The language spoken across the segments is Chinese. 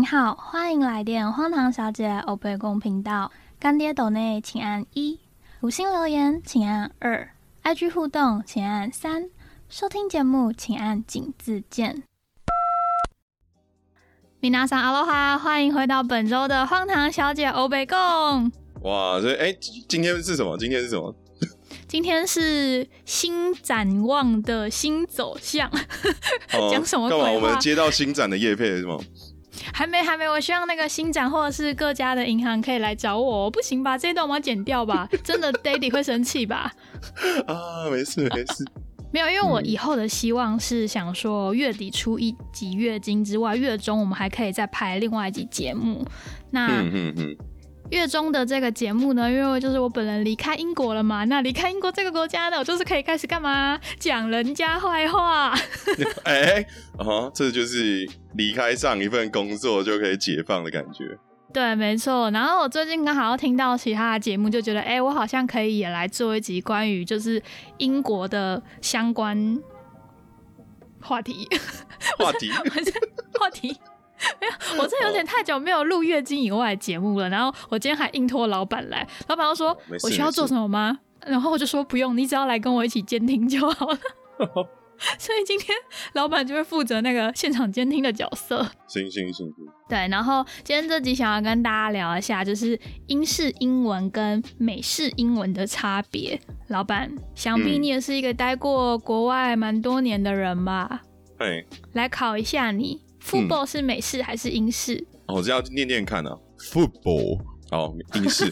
您好，欢迎来电荒唐小姐欧贝公频道，干爹斗内请按1，五星留言请按2， IG 互动请按3，收听节目请按井字键。皆さんアロハ，欢迎回到本周的荒唐小姐欧贝共。 哇，今天是什么？今天是新展望的新走向。讲什么鬼话？ 干嘛？ 我们接到新展的业配是吗？ 还没，我希望那个新展或者是各家的银行可以来找我。不行吧？这一段我们要剪掉吧？真的 Daddy 会生气吧？ 啊，没事。 没有，因为我以后的希望是想说，月底出一集月经之外，月中我们还可以再拍另外一集节目。那月中的这个节目呢，因为就是我本人离开英国了嘛，那离开英国这个国家呢，我就是可以开始干嘛？讲人家坏话。 这就是离开上一份工作就可以解放的感觉。 对，没错。然后我最近刚好听到其他的节目，就觉得我好像可以也来做一集关于就是英国的相关话题。没有，我真的有点太久没有录月经以外的节目了。然后我今天还硬拖老板来，老板就说我需要做什么吗？然后我就说不用，你只要来跟我一起监听就好了。所以今天老板就会负责那个现场监听的角色。 行。 对，然后今天这集想要跟大家聊一下，就是英式英文跟美式英文的差别。老板，想必你也是一个待过国外蛮多年的人吧？来考一下你，football 是美式还是英式？ 我这要念看啊 ，football， 英式。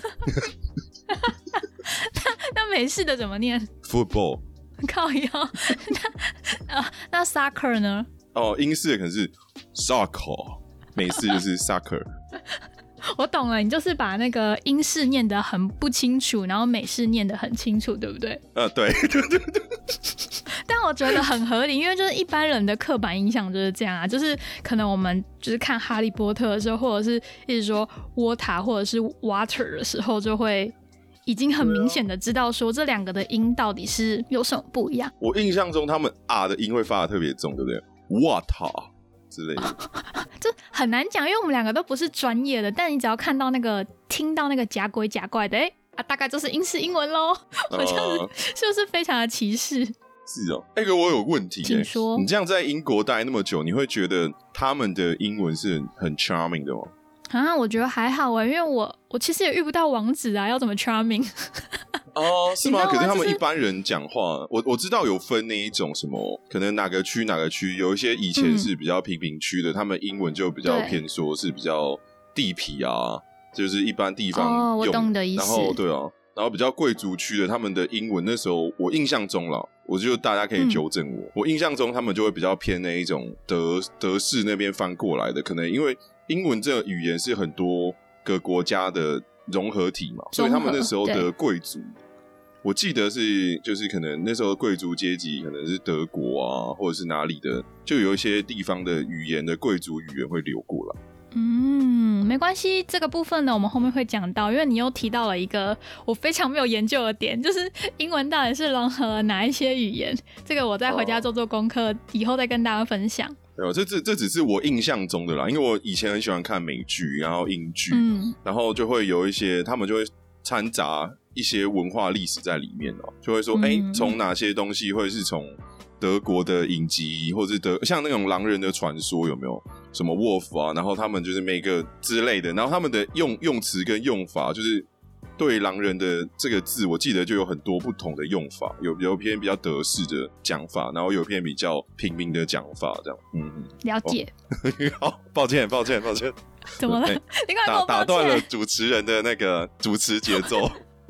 那美式的怎么念 ？football。 靠腰。那 soccer 呢？ 英式的可能是 soccer， 美式就是 soccer。 我懂了，你就是把那个英式念得很不清楚，然后美式念得很清楚，对不对？ 对。 但我觉得很合理，因为就是一般人的刻板印象就是这样啊，就是可能我们就是看哈利波特的时候，或者是一直说 water 或者是 water 的时候，就会已经很明显的知道说这两个的音到底是有什么不一样。 我印象中他们的音会发得特别重，对不对 ？water 之类的。 这很难讲，因为我们两个都不是专业的，但你只要看到那个听到那个假鬼假怪的，大概就是英式英文咯。我这样子是不是非常的歧视？ 是哦。可我有问题。 请说。 你这样在英国待那么久，你会觉得他们的英文是很 charming 的吗？ 我觉得还好因为我其实也遇不到王子啊，要怎么 charming？ 是吗？可是他们一般人讲话，我知道有分那一种什么，可能哪个区，有一些以前是比较贫民区的，他们英文就比较偏说是比较地痞啊，就是一般地方用。 我懂你的意思。 然后对啊，然后比较贵族区的，他们的英文那时候我印象中啦，我觉得大家可以纠正我。我印象中他们就会比较偏那一种德式那边翻过来的，可能因为英文这个语言是很多个国家的融合体嘛，所以他们那时候的贵族，我记得是就是可能那时候的贵族阶级可能是德国啊，或者是哪里的，就有一些地方的语言的贵族语言会流过来。 没关系，这个部分呢我们后面会讲到，因为你又提到了一个我非常没有研究的点，就是英文到底是融合了哪一些语言，这个我再回家做功课，以后再跟大家分享。 这只是我印象中的啦，因为我以前很喜欢看美剧，然后英剧，然后就会有一些他们就会掺杂一些文化历史在里面就会说从哪些东西会是从德国的影集，或是像那种狼人的传说有没有什么 Wolf 啊，然后他们就是每个之类的，然后他们的用词跟用法，就是对狼人的这个字我记得就有很多不同的用法，有篇比较德式的讲法，然后有篇比较平民的讲法这样。 了解。 好，抱歉怎么了？你干嘛跟我抱歉？ 打断了主持人的那个主持节奏。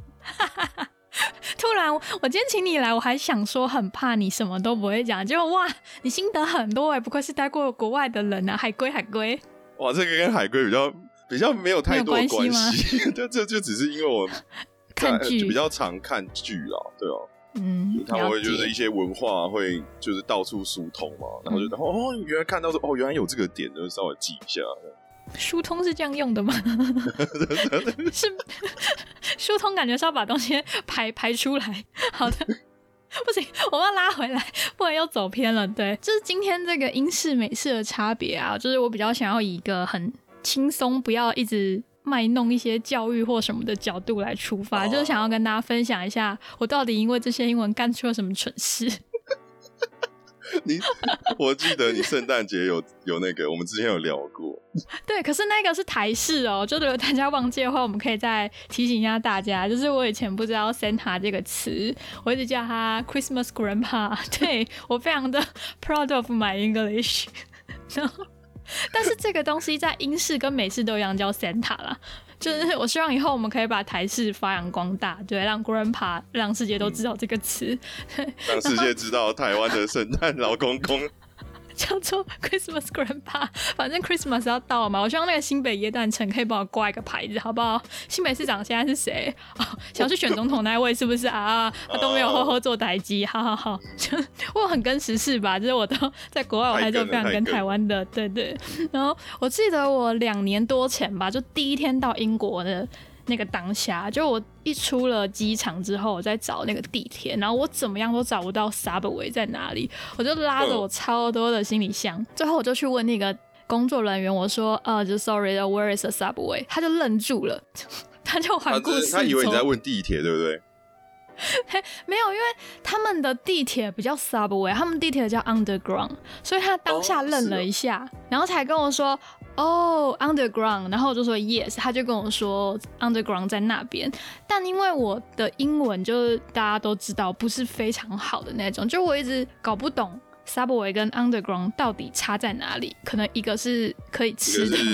突然我今天请你来，我还想说很怕你什么都不会讲，结果哇你心得很多不愧是待过国外的人啊，海龟哇，这个跟海龟比较没有太多关系。这就只是因为我看剧比较常看剧啦，对他们会就是一些文化会就是到处疏通嘛，然后就原来看到说原来有这个点，就稍微记一下。 疏通是这样用的吗？是疏通，感觉是要把东西排出来。好的，不行，我要拉回来，不然又走偏了。对，就是今天这个英式美式的差别啊，就是我比较想要以一个很轻松，不要一直卖弄一些教育或什么的角度来出发，就是想要跟大家分享一下我到底因为这些英文干出了什么蠢事。 我记得你圣诞节有那个，我们之前有聊过。 对，可是那个是台式哦，就如果大家忘记的话，我们可以再提醒一下大家。就是我以前不知道 Santa 这个词，我一直叫他 Christmas Grandpa。对，我非常的 proud of my English。但是这个东西在英式跟美式都一样叫 Santa 啦。就是我希望以后我们可以把台式发扬光大，对，让 Grandpa 让世界都知道这个词， 让世界知道台湾的圣诞老公公叫做 Christmas Grandpa。反正 Christmas 要到了嘛，我希望那个新北耶诞城可以帮我挂一个牌子，好不好？新北市长现在是谁？想去选总统那位是不是啊？我都没有好好做台机，好，我很跟时事吧，就是我都在国外，我还是非常跟台湾的，对。然后我记得我2年多前吧，就第一天到英国的那个当下，就我一出了机场之后，我在找那个地铁，然后我怎么样都找不到 Subway 在哪里，我就拉着我超多的行李箱，最后我就去问那个工作人员，我说就 sorry where is the Subway， 他就愣住了，他就环顾四周， 他以为你在问地铁，对不对？ 没有，因为他们的地铁比较 Subway， 他们地铁叫 Underground， 所以他当下愣了一下，然后才跟我说Underground， 然后我就说 yes， 他就跟我说 Underground 在那边，但因为我的英文就是大家都知道不是非常好的那种，就我一直搞不懂 Subway 跟 Underground 到底差在哪里，可能一个是可以吃的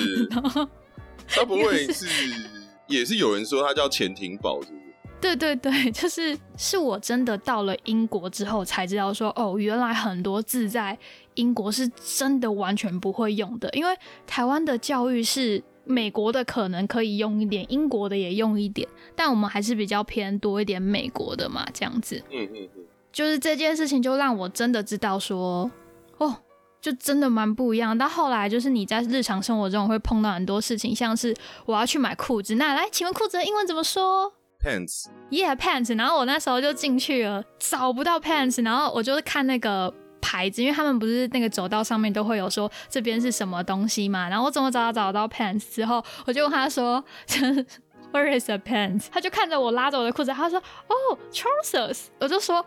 ，Subway 也是有人说它叫潜艇堡，是不是？ 对，是我真的到了英国之后才知道说，原来很多字在英国是真的完全不会用的，因为台湾的教育是美国的可能可以用一点，英国的也用一点，但我们还是比较偏多一点美国的嘛，这样子。就是这件事情就让我真的知道说，就真的蛮不一样。到后来就是你在日常生活中会碰到很多事情，像是我要去买裤子，那来请问裤子的英文怎么说 ？Pants， yeah pants。然后我那时候就进去了，找不到 pants， 然后我就看那个牌子，因为他们不是那个走道上面都会有说这边是什么东西嘛。然后我怎么找到 pants 之后，我就问他说Where is the pants？ 他就看着我拉着我的裤子，他说trousers。我就说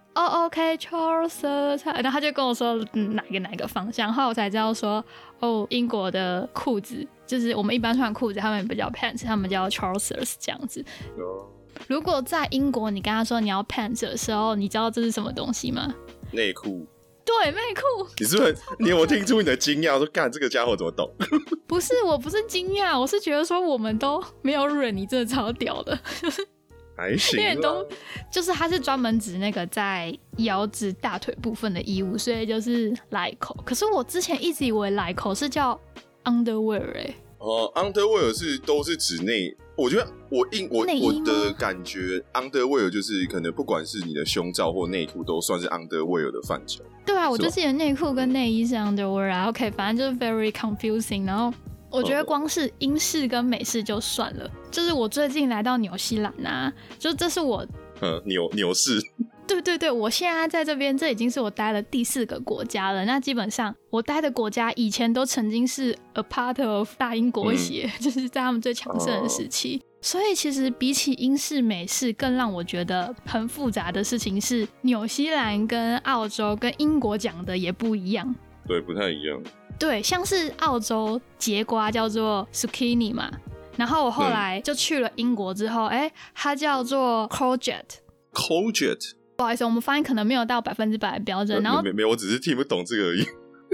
OK trousers。然后他就跟我说哪个方向。后来我才知道说英国的裤子。就是我们一般穿裤子，他们不叫 pants， 他们叫 trousers 这样子。如果在英国，你跟他说你要 pants 的时候，你知道这是什么东西吗？ 内裤。 对，内裤。 你是不是你有听出你的惊讶？说干这个家伙怎么懂？ 不是，我不是惊讶，我是觉得说我们都没有忍，你真的超屌的。 还行，因为就是它是专门指那个在腰至大腿部分的衣物，所以就是来口。可是我之前一直以为来口是叫underwear underwear 都是指内，我觉得我的感觉 underwear 就是可能不管是你的胸罩或内裤都算是 underwear 的范畴。 对啊，我就记得内裤跟内衣是 underwear 啊。OK， 反正就是 very confusing。然后我觉得光是英式跟美式就算了，就是我最近来到纽西兰啊，就这是我纽式。 对，我现在在这边，这已经是我待了第4个国家了。那基本上我待的国家以前都曾经是 a part of 大英国协，就是在他们最强盛的时期。所以其实比起英式美式，更让我觉得很复杂的事情是，纽西兰跟澳洲跟英国讲的也不一样。 对，不太一样。 对，像是澳洲节瓜叫做 zucchini 嘛，然后我后来就去了英国之后，它叫做 courgette。不好意思，我们发音可能没有到100%的标准。然后没，我只是听不懂这个而已。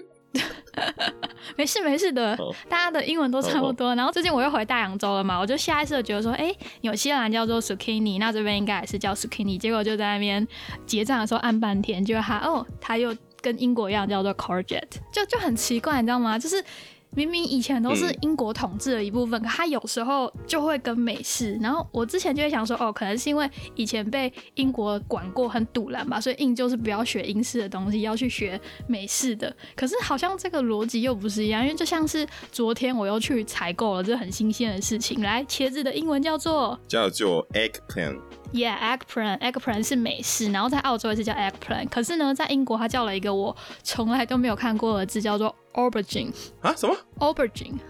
没事的，大家的英文都差不多。然后最近我又回大洋洲了嘛，我就下意识的觉得说，纽西兰叫做 zucchini， 那这边应该也是叫 zucchini。结果就在那边结账的时候按半天，结果他又跟英国一样叫做 courgette， 就很奇怪，你知道吗？就是明明以前都是英国统治的一部分，可它有时候就会跟美式。然后我之前就会想说，可能是因为以前被英国管过很堵拦吧，所以硬就是不要学英式的东西，要去学美式的。可是好像这个逻辑又不是一样，因为就像是昨天我又去采购了这很新鲜的事情。来，茄子的英文叫做 eggplant。Yeah, eggplant 是美式，然后在澳洲也是叫 eggplant。可是呢，在英国它叫了一个我从来都没有看过的字，叫做 aubergine。 啊？什么 ？aubergine。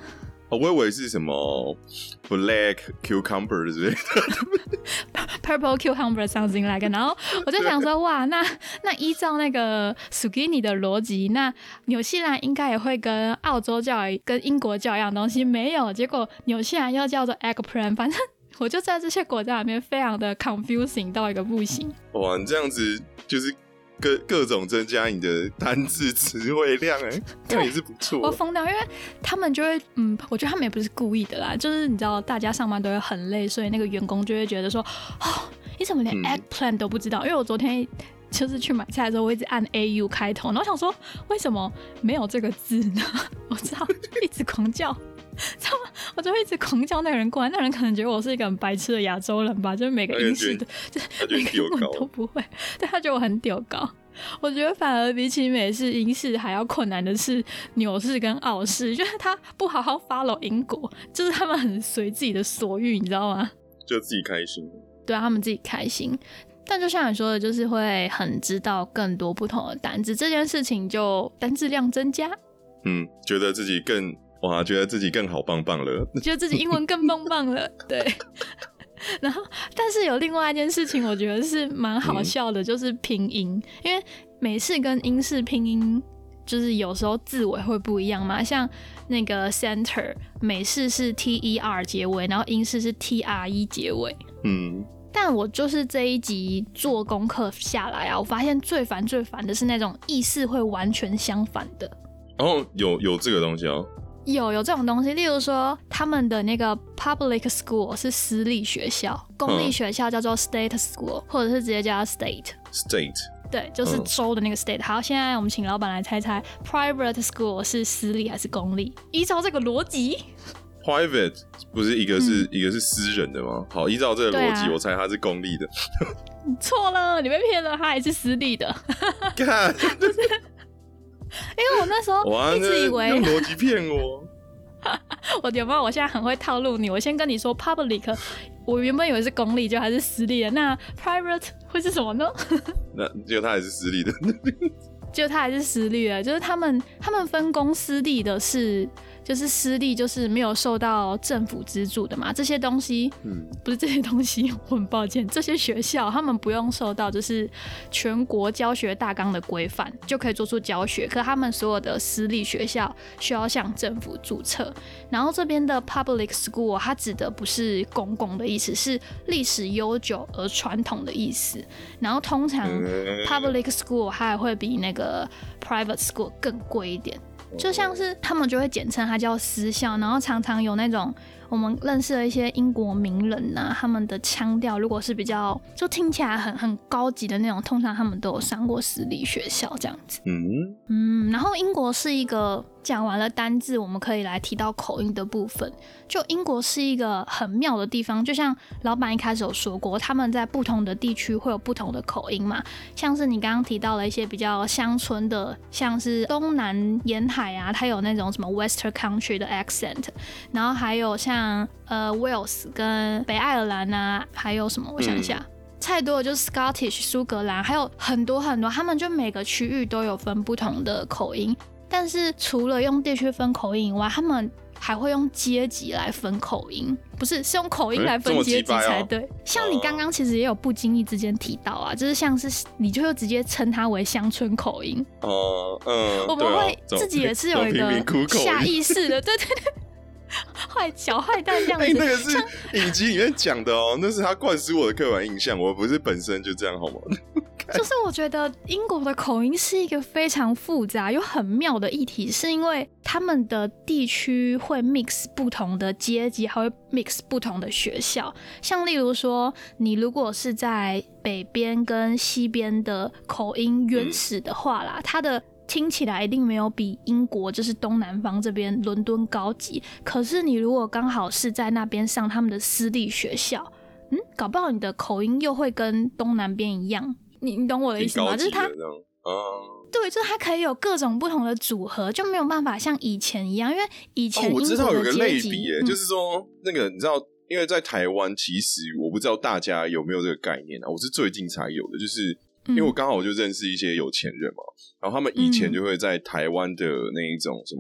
我以为是什么 black cucumber 之类的 ，purple cucumber something like， 然后我就想说，哇，那依照那个 zucchini 的逻辑，那纽西兰应该也会跟澳洲叫跟英国叫一样东西，没有，结果纽西兰又叫做 eggplant， 反正我就在这些国家里面非常的 confusing 到一个不行。 哇，你这样子就是各种增加你的单字词汇量，这样也是不错。 我疯掉，因为他们就会，我觉得他们也不是故意的啦，就是你知道，大家上班都会很累，所以那个员工就会觉得说，哦，你怎么连 eggplant 都不知道？因为我昨天就是去买菜的时候，我一直按 AU 开头，然后我想说，为什么没有这个字呢？我知道，一直狂叫。我就会一直狂叫那个人过来，那人可能觉得我是一个很白痴的亚洲人吧，就是每个英式的，就是每个英文都不会，对，他觉得我很丢高。我觉得反而比起美式、英式还要困难的是纽式跟澳式，就是他不好好 follow 英国，就是他们很随自己的所欲，你知道吗？ 就自己开心。对啊，他们自己开心。但就像你说的，就是会很知道更多不同的单字，这件事情就单字量增加。 觉得自己更。哇，觉得自己更好棒棒了， 觉得自己英文更棒棒了，对。然后，但是有另外一件事情，我觉得是蛮好笑的，就是拼音，因为美式跟英式拼音就是有时候字尾会不一样嘛，像那个 center， 美式是 ter 结尾，然后英式是 tre 结尾。但我就是这一集做功课下来啊，我发现最烦的是那种意思会完全相反的。 哦，有这个东西哦。 有这种东西，例如说他们的那个 public school 是私立学校，公立学校叫做 state school， 或者是直接叫 state。对，就是州的那个 state。好，现在我们请老板来猜猜 private school 是私立还是公立？依照这个逻辑 ，private 不是一个是私人的吗？好，依照这个逻辑，我猜它是公立的。 错了，你被骗了，它还是私立的。 干因为我那时候一直以为用逻辑骗我， 我有没有？我现在很会套路你。我先跟你说 public， 我原本以为是公立，就还是私立的。那 private 会是什么呢？ 那结果它还是私立的， 结果它还是私立的，就是他们分公私立的是。就是私立，就是没有受到政府资助的嘛，这些东西，不是这些东西，我很抱歉，这些学校他们不用受到就是全国教学大纲的规范就可以做出教学，可他们所有的私立学校需要向政府注册。然后这边的 public school 它指的不是公共的意思，是历史悠久而传统的意思。然后通常 public school 它还会比那个 private school 更贵一点。就像是他们就会简称它叫私校，然后常常有那种我们认识的一些英国名人啊，他们的腔调如果是比较就听起来很高级的那种，通常他们都有上过私立学校这样子。然后英国是一个讲完了单字，我们可以来提到口音的部分。就英国是一个很妙的地方，就像老板一开始有说过，他们在不同的地区会有不同的口音嘛。像是你刚刚提到了一些比较乡村的，像是东南沿海啊，它有那种什么 Western Country 的 accent， 然后还有像Wales 跟北爱尔兰啊，还有什么？我想一下。太多的就是 Scottish 苏格兰，还有很多很多，他们就每个区域都有分不同的口音。但是除了用地区分口音以外，他们还会用阶级来分口音，不是用口音来分阶级才对。像你刚刚其实也有不经意之间提到啊，就是像是你就会直接称它为乡村口音。我们会自己也是有一个下意识的，对。小坏蛋这样子， 那个是影集里面讲的哦，那是他灌输我的刻板印象，我不是本身就这样好吗？ 就是我觉得英国的口音是一个非常复杂又很妙的议题，是因为他们的地区会 mix 不同的阶级，还会 mix 不同的学校。像例如说，你如果是在北边跟西边的口音原始的话啦，它的听起来一定没有比英国就是东南方这边伦敦高级，可是你如果刚好是在那边上他们的私立学校，搞不好你的口音又会跟东南边一样。你懂我的意思吗？就是它，对，就是它可以有各种不同的组合，就没有办法像以前一样，因为以前我知道有个类比就是说那个你知道，因为在台湾，其实我不知道大家有没有这个概念啊，我是最近才有的，就是因为我刚好就认识一些有钱人嘛，然后他们以前就会在台湾的那一种什么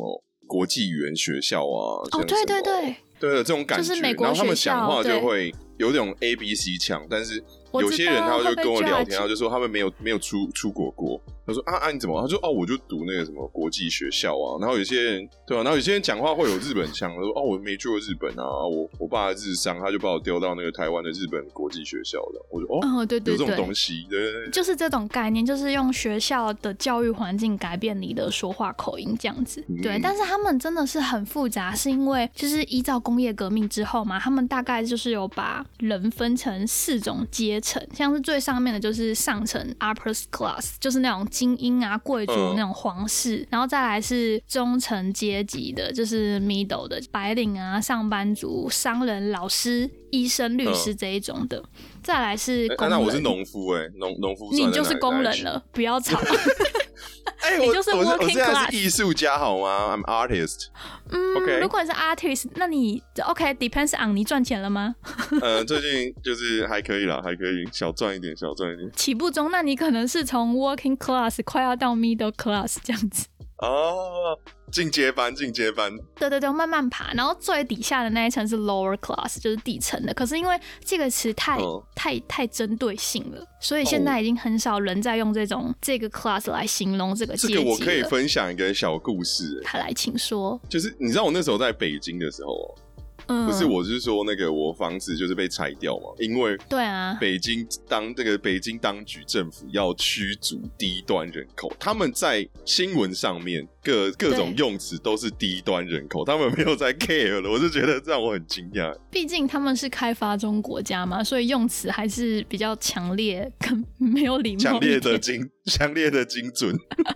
国际语言学校啊， 哦，对对对， 对这种感觉， 就是美国学校， 然后他们讲话就会有种 ABC 腔，但是有些人他就跟我聊天，他就说他们没有出国过。他说你怎么？他说我就读那个什么国际学校啊。然后有些人对吧？然后有些人讲话会有日本腔，他说我没去过日本啊，我爸日商，他就把我丢到那个台湾的日本国际学校了。我说对对对，有这种东西，对， 就是这种概念，就是用学校的教育环境改变你的说话口音这样子。对，但是他们真的是很复杂，是因为就是依照工业革命之后嘛，他们大概就是有把人分成4种阶层，像是最上面的就是上层 upper class， 就是那种精英啊、贵族那种皇室，然后再来是中层阶级的，就是 middle 的白领啊、上班族、商人、老师、医生、律师这一种的，再来是工人。 那我是农夫农夫你就是工人了，不要吵。你就是 working class。我现在是艺术家好吗 ？I'm artist。 如果你是 artist， 那你 OK，depends on 你赚钱了吗？ 最近就是还可以啦，还可以小赚一点。 起步中，那你可能是从 working class 快要到 middle class 这样子。 进阶班。 对对对，慢慢爬，然后最底下的那一层是 lower class， 就是底层的。可是因为这个词太针对性了，所以现在已经很少人在用这个 class 来形容这个阶级了。 这个我可以分享一个小故事。 他来，请说。 就是你知道我那时候在北京的时候。不是，我是说那个我房子就是被拆掉嘛，因为对啊， 北京当局政府要驱逐低端人口，他们在新闻上面各种用词都是低端人口，他们没有在 care 了，我就觉得让我很惊讶。 毕竟他们是开发中国家嘛，所以用词还是比较强烈，跟没有礼貌，强烈的精准，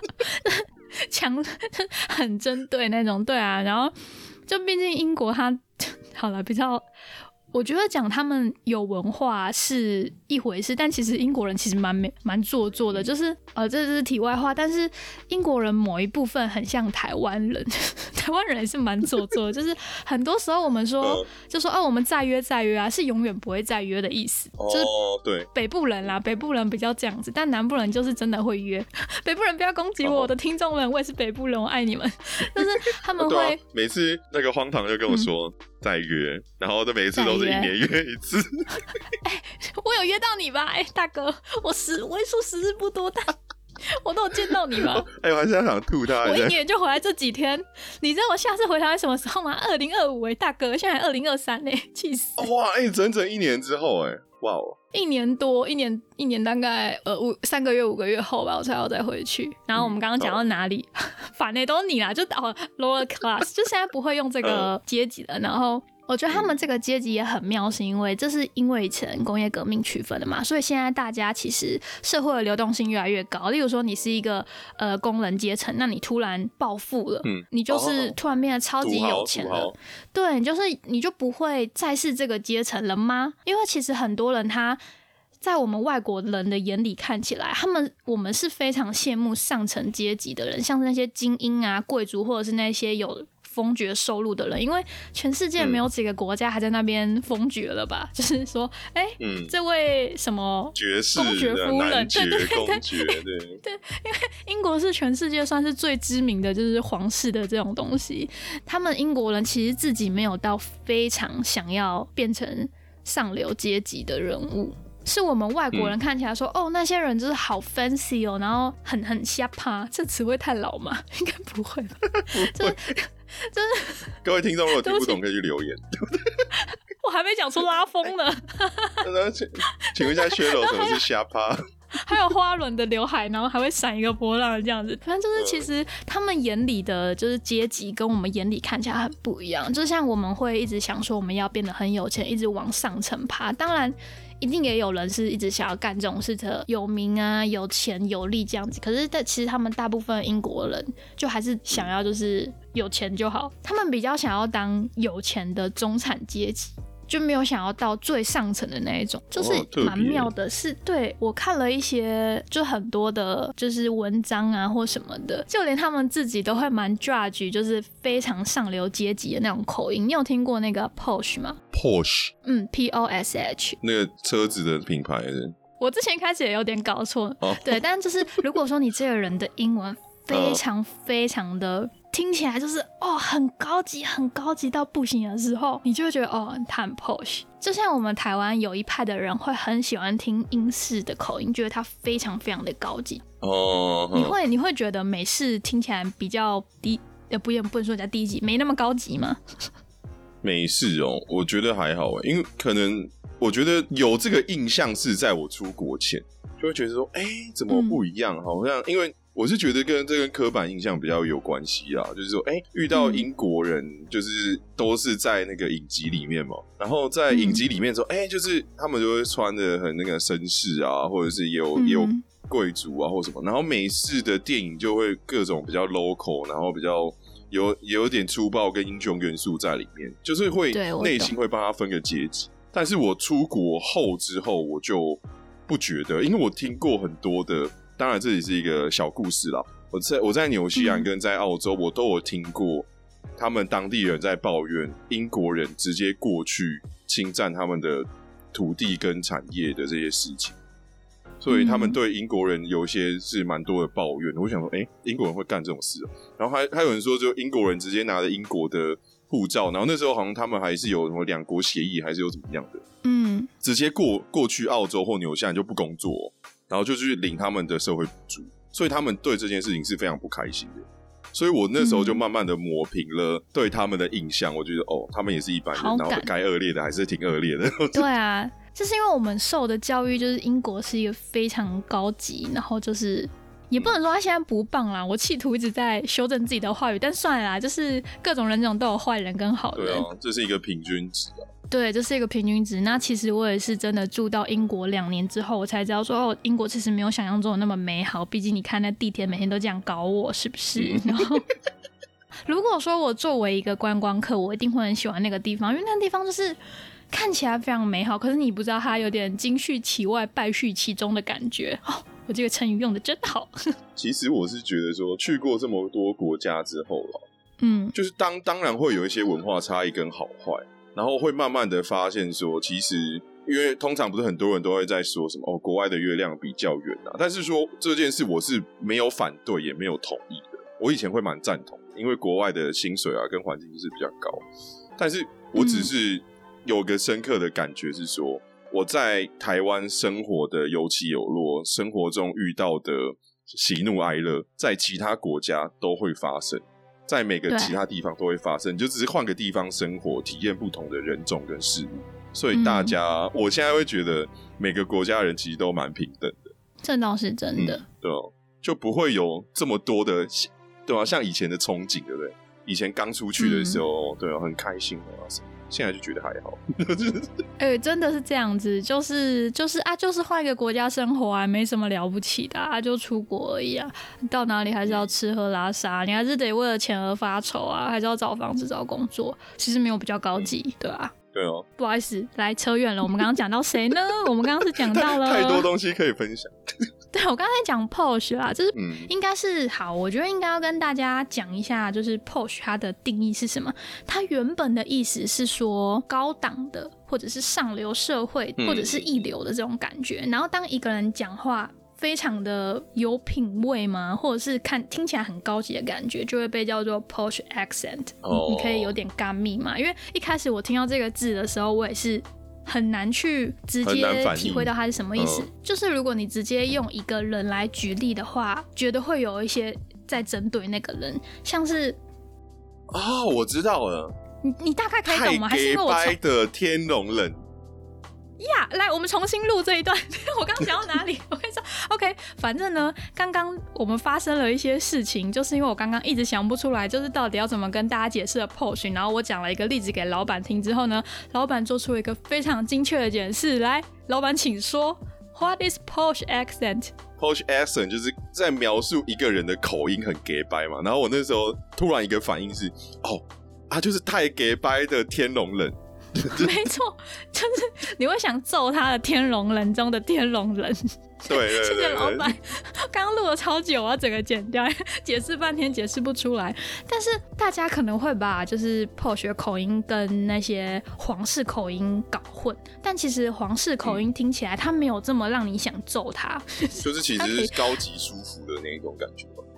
很针对那种，对啊，然后就毕竟英国它。好了，比较，我觉得讲他们有文化是一回事，但其实英国人其实蛮做作的，就是这是题外话，但是英国人某一部分很像台湾人，台湾人也是蛮做作的，就是很多时候我们说就说我们再约啊，是永远不会再约的意思，就是对北部人啦，北部人比较这样子，但南部人就是真的会约。北部人不要攻击我的听众们，我也是北部人，我爱你们。就是他们会每次那个荒唐就跟我说再约，然后每一次都是1年约一次。 我有约到你吧？大哥，我为数时日不多，但我都有见到你吧？ 我还是想吐他。 我1年就回来这几天，你知道我下次回台湾什么时候吗？2025大哥，现在还2023气死！ 哇，整整1年之后哇哦 ！1年多，一年大概3个月5个月后吧，我才要再回去。然后我们刚刚讲到哪里？反正都是你啦，就lower class， 就现在不会用这个阶级了。然后我觉得他们这个阶级也很妙，是因为这是因为以前工业革命区分的嘛，所以现在大家其实社会的流动性越来越高。例如说，你是一个工人阶层，那你突然暴富了，你就是突然变得超级有钱了，对，你就不会再是这个阶层了吗？因为其实很多人他在我们外国人的眼里看起来，我们是非常羡慕上层阶级的人，像是那些精英啊、贵族，或者是那些有封爵收入的人，因为全世界没有几个国家还在那边封爵了吧？就是说，这位什么爵士公爵夫人， 对， 因为英国是全世界算是最知名的就是皇室的这种东西，他们英国人其实自己没有到非常想要变成上流阶级的人物。是我们外国人看起来说，那些人就是好 fancy 然后很瞎趴，这词汇太老吗？应该不会吧？就是各位听众，如果听不懂可以去留言。 我还没讲出拉风呢。 请问一下薛柔，什么是瞎趴？ 还有花轮的刘海，然后还会闪一个波浪这样子。反正就是其实他们眼里的就是阶级跟我们眼里看起来很不一样。就像我们会一直想说我们要变得很有钱，一直往上层爬，当然一定也有人是一直想要干这种事的，有名啊、有钱、有力这样子。可是其实他们大部分英国人就还是想要就是有钱就好，他们比较想要当有钱的中产阶级，就没有想要到最上层的那一种，就是蛮妙的是。对，我看了一些就很多的就是文章啊或什么的，就连他们自己都会蛮 judge 就是非常上流阶级的那种口音。你有听过那个 Porsche 吗？ Porsche Posh 那个车子的品牌的。 我之前开始也有点搞错，对，但就是如果说你这个人的英文非常非常的听起来就是很高级很高级到不行的时候，你就会觉得它很 posh。 就像我们台湾有一派的人会很喜欢听英式的口音，觉得它非常非常的高级。你会觉得美式听起来比较低，不能说叫低级，没那么高级吗？ 美式我觉得还好，因为可能我觉得有这个印象是在我出国前就会觉得说怎么不一样，好像因为我是觉得这跟刻板印象比较有关系啦，就是说遇到英国人就是都是在那个影集里面嘛，然后在影集里面说就是他们就会穿的很那个绅士啊，或者是也有贵族啊或什么，然后美式的电影就会各种比较 local， 然后比较有点粗暴跟英雄元素在里面，就是会内心会帮他分个阶级。但是我出国后之后我就不觉得，因为我听过很多的，当然这里是一个小故事啦，我在纽西兰跟在澳洲我都有听过他们当地人在抱怨英国人直接过去侵占他们的土地跟产业的这些事情，所以他们对英国人有些是蛮多的抱怨。我想说英国人会干这种事然后还有人说就英国人直接拿着英国的护照，然后那时候好像他们还是有什么两国协议还是有怎么样的，直接过去澳洲或纽西兰就不工作然后就去领他们的社会补助，所以他们对这件事情是非常不开心的。所以我那时候就慢慢的磨平了对他们的印象，我觉得他们也是一般人，然后该恶劣的还是挺恶劣的。 对啊，就是因为我们受的教育就是英国是一个非常高级，然后就是也不能说他现在不棒啦，我企图一直在修正自己的话语，但算了啦，就是各种人种都有坏人跟好人。 对啊，这是一个平均值啊。 对，这是一个平均值。那其实我也是真的住到英国2年之后，我才知道说英国其实没有想象中的那么美好。毕竟你看那地铁每天都这样搞我，是不是？然后如果说我作为一个观光客，我一定会很喜欢那个地方，因为那个地方就是看起来非常美好，可是你不知道它有点金絮其外败絮其中的感觉。我这个成语用的真好。 其实我是觉得说去过这么多国家之后就是当然会有一些文化差异跟好坏，然后会慢慢的发现说其实因为通常不是很多人都会在说什么国外的月亮比较圆但是说这件事我是没有反对也没有同意的，我以前会蛮赞同的，因为国外的薪水跟环境就是比较高，但是我只是有个深刻的感觉是说我在台湾生活的有起有落，生活中遇到的喜怒哀乐在其他国家都会发生，在每个其他地方都会发生，你就只是换个地方生活，体验不同的人种跟事物，所以大家我现在会觉得每个国家人其实都蛮平等的，这倒是真的。 对就不会有这么多的对像以前的憧憬，对不对？以前刚出去的时候对很开心现在就觉得还好。 真的是这样子，就是换一个国家生活没什么了不起的就出国而已到哪里还是要吃喝拉撒，你还是得为了钱而发愁还是要找房子找工作，其实没有比较高级，对吧？ 对不好意思，来扯远了。我们刚刚讲到谁呢？我们刚刚是讲到了太多东西可以分享。 对，我刚才讲 posh 啦，就是应该是好，我觉得应该要跟大家讲一下，就是 posh 它的定义是什么。它原本的意思是说高档的，或者是上流社会，或者是一流的这种感觉。然后当一个人讲话非常的有品味嘛，或者是听起来很高级的感觉，就会被叫做 posh accent。你可以有点干密嘛，因为一开始我听到这个字的时候，我也是很难去直接体会到它是什么意思。就是如果你直接用一个人来举例的话，觉得会有一些在针对那个人，像是我知道了， 你大概可以懂吗？还是因为我太 gay 掰的天龙人来，我们重新录这一段。我刚讲到哪里？我跟你说 ，OK， 反正呢，刚刚我们发生了一些事情，就是因为我刚刚一直想不出来，就是到底要怎么跟大家解释的 posh。然后我讲了一个例子给老板听之后呢，老板做出了一个非常精确的解释。来，老板请说 ，What is posh accent？ Posh accent 就是在描述一个人的口音很 gay 掰嘛。然后我那时候突然一个反应是，就是太 gay 掰的天龙人。 没错，就是你会想揍他的天龙人中的天龙人。 对， 谢谢老板。刚刚录了超久，我要整个剪掉，解释半天解释不出来。但是大家可能会把就是 posh 口音跟那些皇室口音搞混，但其实皇室口音听起来它没有这么让你想揍他， 就是其实是高级舒服的那种感觉吧。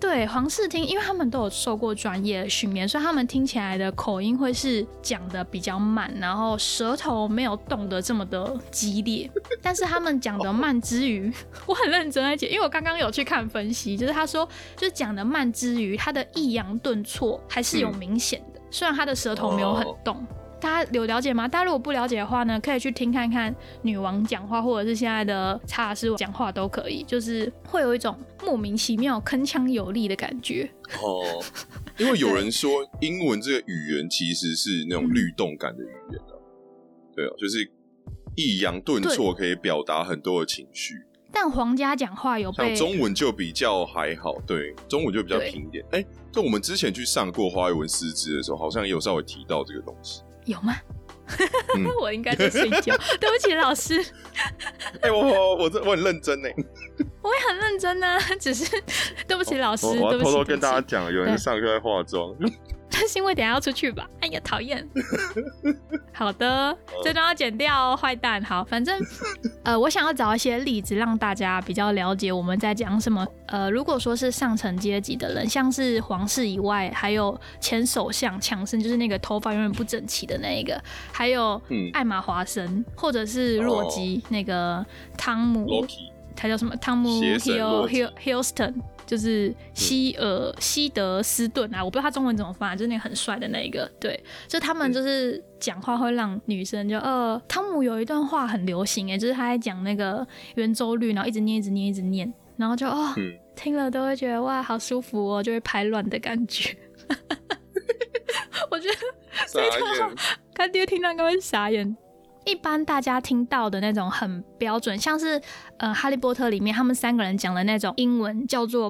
对，皇室听，因为他们都有受过专业的训练，所以他们听起来的口音会是讲的比较慢，然后舌头没有动得这么的激烈。但是他们讲的慢之余，我很认真在解，因为我刚刚有去看分析，就是他说，就是讲的慢之余，他的抑扬顿挫还是有明显的，虽然他的舌头没有很动。大家有了解吗？大家如果不了解的话呢，可以去听看看女王讲话，或者是现在的查尔斯讲话都可以，就是会有一种莫名其妙铿锵有力的感觉。 哦，因为有人说英文这个语言其实是那种律动感的语言啊，对啊，就是抑扬顿挫可以表达很多的情绪。 但皇家讲话有被， 像中文就比较还好，对，中文就比较平一点。就我们之前去上过花语文师资的时候，好像也有稍微提到这个东西。 有吗？我应该在睡觉，对不起老师。 我很认真呢， 我也很认真啊，只是对不起老师。 我要偷偷跟大家讲，有人上课在化妆。 是因为等一下要出去吧？哎呀，讨厌！好的，这段要剪掉哦，坏蛋。好，反正我想要找一些例子让大家比较了解我们在讲什么。如果说是上层阶级的人，像是皇室以外，还有前首相强森，就是那个头发永远不整齐的那一个，还有艾玛华森，或者是洛基那个汤姆，他叫什么？汤姆 Hiddleston。就是希德斯顿啊，我不知道他中文怎么翻，就是那个很帅的那一个。对，就他们就是讲话会让女生就汤姆有一段话很流行就是他在讲那个圆周率，然后一直念，然后就听了都会觉得哇好舒服哦，就会排卵的感觉。我觉得这一段话看第二听到应该会傻眼。一般大家听到的那种很标准，像是哈利波特里面他们3个人讲的那种英文叫做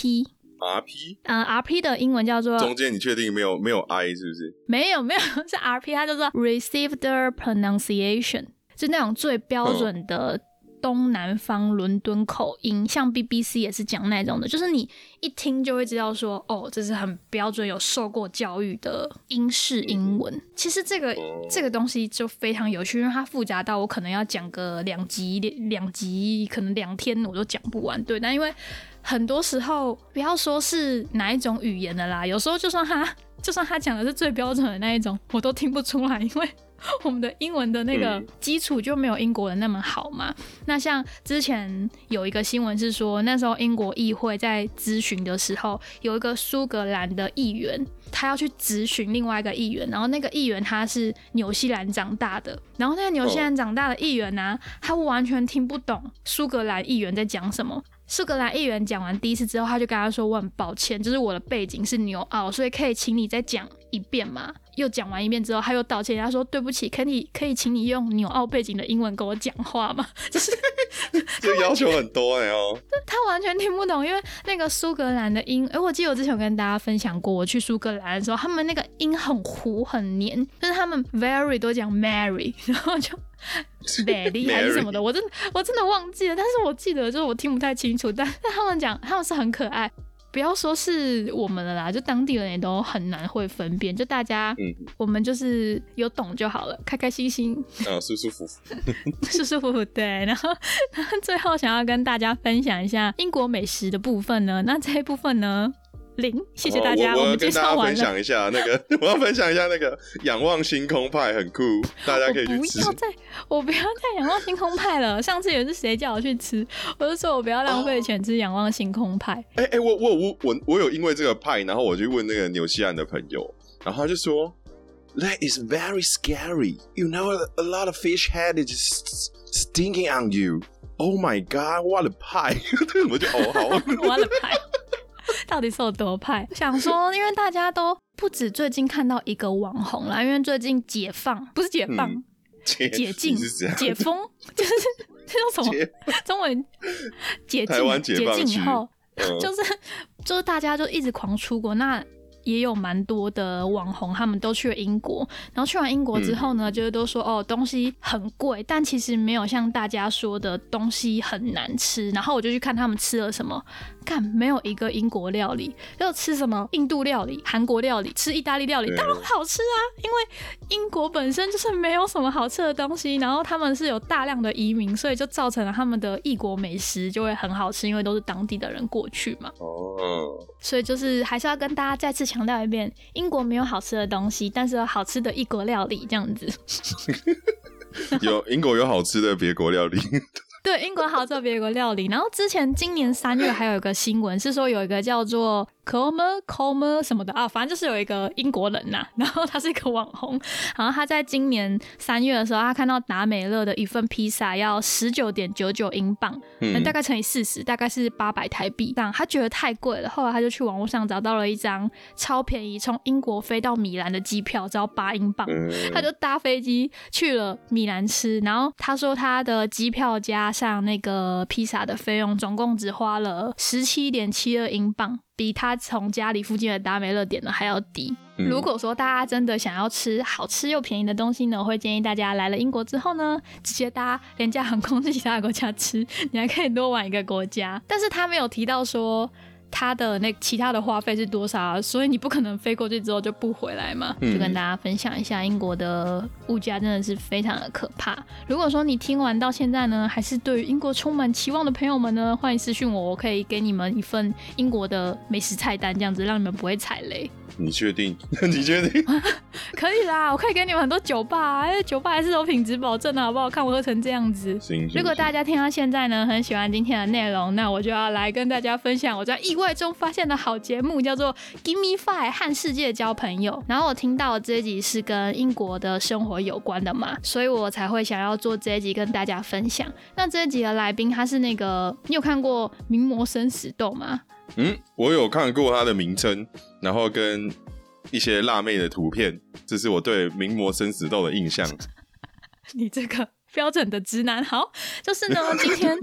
RP。RP 的英文叫做， 中间你确定没有 I 是不是？ 没有是 RP， 它叫做 Received Pronunciation， 是那种最标准的东南方伦敦口音，像 BBC 也是讲那种的，就是你一听就会知道说这是很标准有受过教育的英式英文。其实这个东西就非常有趣，因为它复杂到我可能要讲个两集可能2天我都讲不完。对，但因为很多时候不要说是哪一种语言的啦，有时候就算他讲的是最标准的那一种我都听不出来，因为我们的英文的那个基础就没有英国人那么好嘛。那像之前有一个新闻是说，那时候英国议会在咨询的时候，有一个苏格兰的议员，他要去质询另外一个议员，然后那个议员他是纽西兰长大的，然后那个纽西兰长大的议员啊，他完全听不懂苏格兰议员在讲什么。苏格兰议员讲完第一次之后，他就跟他说我很抱歉，就是我的背景是纽澳，所以可以请你再讲一遍吗？又讲完一遍之后他又道歉，他说对不起，可以请你用纽澳背景的英文跟我讲话吗？就是这要求很多他完全听不懂，因为那个苏格兰的音我记得我之前有跟大家分享过，我去苏格兰的时候他们那个音很糊很黏，但是他们 very 都讲 Mary， 然后就Betty 还是什么的，我真的忘记了，但是我记得就是我听不太清楚，但他们讲他们是很可爱。不要说是我们了啦，就当地人也都很难会分辨，就大家我们就是有懂就好了，开开心心舒舒服服舒舒服服。对，然后最后想要跟大家分享一下英国美食的部分呢，那这一部分呢0，谢谢大家。 我要跟大家分享一下那个，我要分享一下那个仰望星空派，很酷，大家可以去吃。 我不要再仰望星空派了。上次也是谁叫我去吃，我就说我不要浪费钱吃仰望星空派。 我有因为这个派，然后我去问那个纽西兰的朋友，然后他就说 That is very scary. You know, a lot of fish head is just stinking on you. Oh my god, what a pie! 我就好 ，what a pie.到底是有多派？想说，因为大家都不止最近看到一个网红啦，因为最近解放不是解放，解禁、解封，就是这叫什么？中文解禁以后，就是大家就一直狂出国，那也有蛮多的网红他们都去了英国，然后去完英国之后呢，就是都说东西很贵，但其实没有像大家说的东西很难吃。然后我就去看他们吃了什么干没有一个英国料理，就吃什么印度料理、韩国料理、吃意大利料理，当然好吃啊，因为英国本身就是没有什么好吃的东西，然后他们是有大量的移民，所以就造成了他们的异国美食就会很好吃，因为都是当地的人过去嘛。所以就是还是要跟大家再次强调一遍，英国没有好吃的东西，但是有好吃的异国料理这样子。 英国有好吃的别国料理。 对，英国好吃的别国料理。然后之前今年3月还有一个新闻是说有一个叫做Comer 什么的啊，反正就是有一个英国人呐，然后他是一个网红，然后他在今年3月的时候，他看到达美乐的一份披萨要19.99英镑，大概乘以40，大概是800台币，他觉得太贵了，后来他就去网络上找到了一张超便宜从英国飞到米兰的机票，只要8英镑，他就搭飞机去了米兰吃，然后他说他的机票加上那个披萨的费用总共只花了17.72英镑，比他从家里附近的达美乐点的还要低。如果说大家真的想要吃好吃又便宜的东西呢，我会建议大家来了英国之后呢，直接搭廉价航空去其他的国家吃，你还可以多玩一个国家。但是他没有提到说他的其他的花费是多少，所以你不可能飞过去之后就不回来嘛。就跟大家分享一下，英国的物价真的是非常的可怕。如果说你听完到现在呢，还是对于英国充满期望的朋友们呢，欢迎私讯我，我可以给你们一份英国的美食菜单，这样子让你们不会踩雷。 你确定？你确定？ 可以啦，我可以给你们很多酒吧，酒吧还是有品质保证的，好不好？看我喝成这样子。如果大家听到现在呢，很喜欢今天的内容，那我就要来跟大家分享我在意外中发现的好节目，叫做 Give Me Five 和世界交朋友。然后我听到这一集是跟英国的生活有关的嘛，所以我才会想要做这一集跟大家分享。那这一集的来宾他是你有看过《名模生死斗》吗？ 我有看过他的名称，然后跟一些辣妹的图片，这是我对名模生死斗的印象。 你这个标准的直男。好，就是呢，今天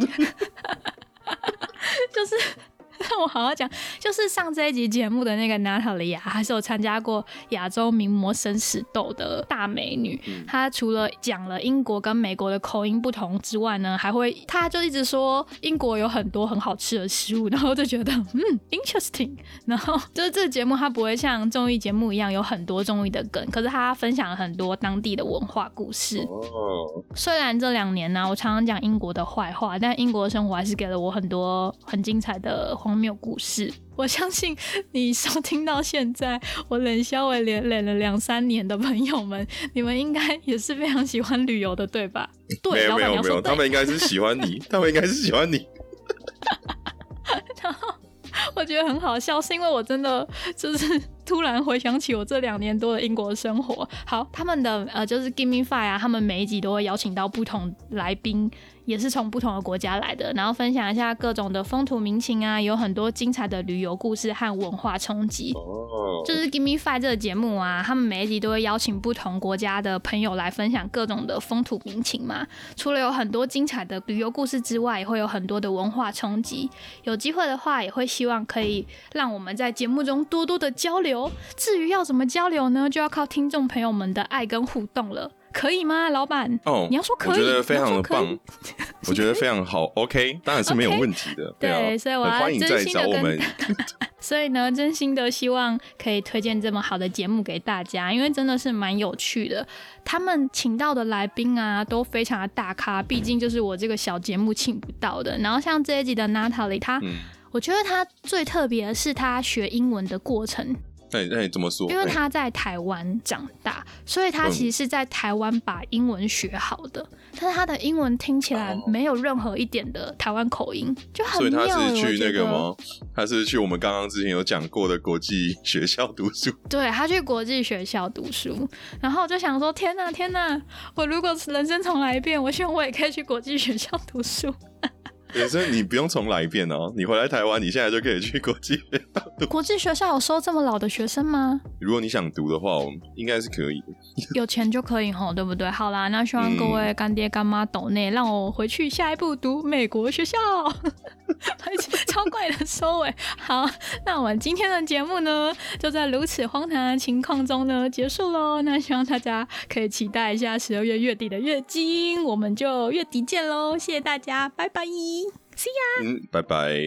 就是让我好好讲，就是上这一集节目的那个 Natalie 啊，还是有参加过亚洲名模生死斗的大美女。她除了讲了英国跟美国的口音不同之外呢，她就一直说英国有很多很好吃的食物，然后就觉得interesting。然后就是这个节目它不会像综艺节目一样有很多综艺的梗，可是它分享了很多当地的文化故事。虽然这2年呢，我常常讲英国的坏话，但英国的生活还是给了我很多很精彩的荒谬故事。我相信你收听到现在，我冷笑话连了2-3年的朋友们，你们应该也是非常喜欢旅游的，对吧？对， 没有，他们应该是喜欢你，他们应该是喜欢你。 然后我觉得很好笑，是因为我真的就是突然回想起我这2年多的英国生活。好，他们的就是 Give Me Five 啊，他们每一集都会邀请到不同来宾，也是从不同的国家来的，然后分享一下各种的风土民情啊，有很多精彩的旅游故事和文化冲击。就是 Give Me Five 这个节目啊，他们每一集都会邀请不同国家的朋友来分享各种的风土民情嘛。除了有很多精彩的旅游故事之外，也会有很多的文化冲击。有机会的话，也会希望可以让我们在节目中多多的交流。至于要怎么交流呢，就要靠听众朋友们的爱跟互动了。可以吗，老板？你要说可以， 我觉得非常的棒，我觉得非常好。OK， 当然是没有问题的。 对，所以我要真心的跟所以呢，真心的希望可以推荐这么好的节目给大家，因为真的是蛮有趣的。他们请到的来宾啊，都非常的大咖，毕竟就是我这个小节目请不到的。然后像这一集的 Natalie， 我觉得她最特别的是她学英文的过程。 那你怎么说？ 因为他在台湾长大，所以他其实是在台湾把英文学好的，但是他的英文听起来没有任何一点的台湾口音，就很妙。 所以他是去那个吗？他是去我们刚刚之前有讲过的国际学校读书？对， 他去国际学校读书，然后我就想说，天哪天哪！我如果人生重来一遍，我希望我也可以去国际学校读书。 人生你不用重来一遍哦，你回来台湾，你现在就可以去国际学校读。 国际学校有收这么老的学生吗？ 如果你想读的话，应该是可以的。 有钱就可以吼，对不对？好啦，那希望各位干爹干妈抖内，让我回去下一步读美国学校。超怪的收尾。好，那我们今天的节目呢，就在如此荒唐的情况中呢结束咯。那希望大家可以期待一下12月月底的月经，我们就月底见咯。谢谢大家，拜拜。See ya。 拜拜。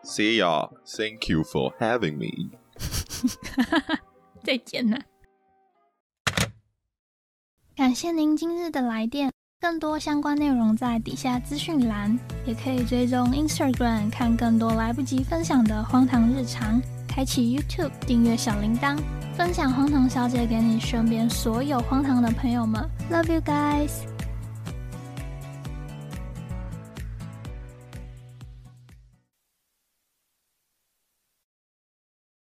See ya. Thank you for having me. 再见了。感谢您今日的来电，更多相关内容在底下资讯栏，也可以追踪 Instagram 看更多来不及分享的荒唐日常，开启 YouTube 订阅小铃铛，分享荒唐小姐给你身边所有荒唐的朋友们。Love you guys!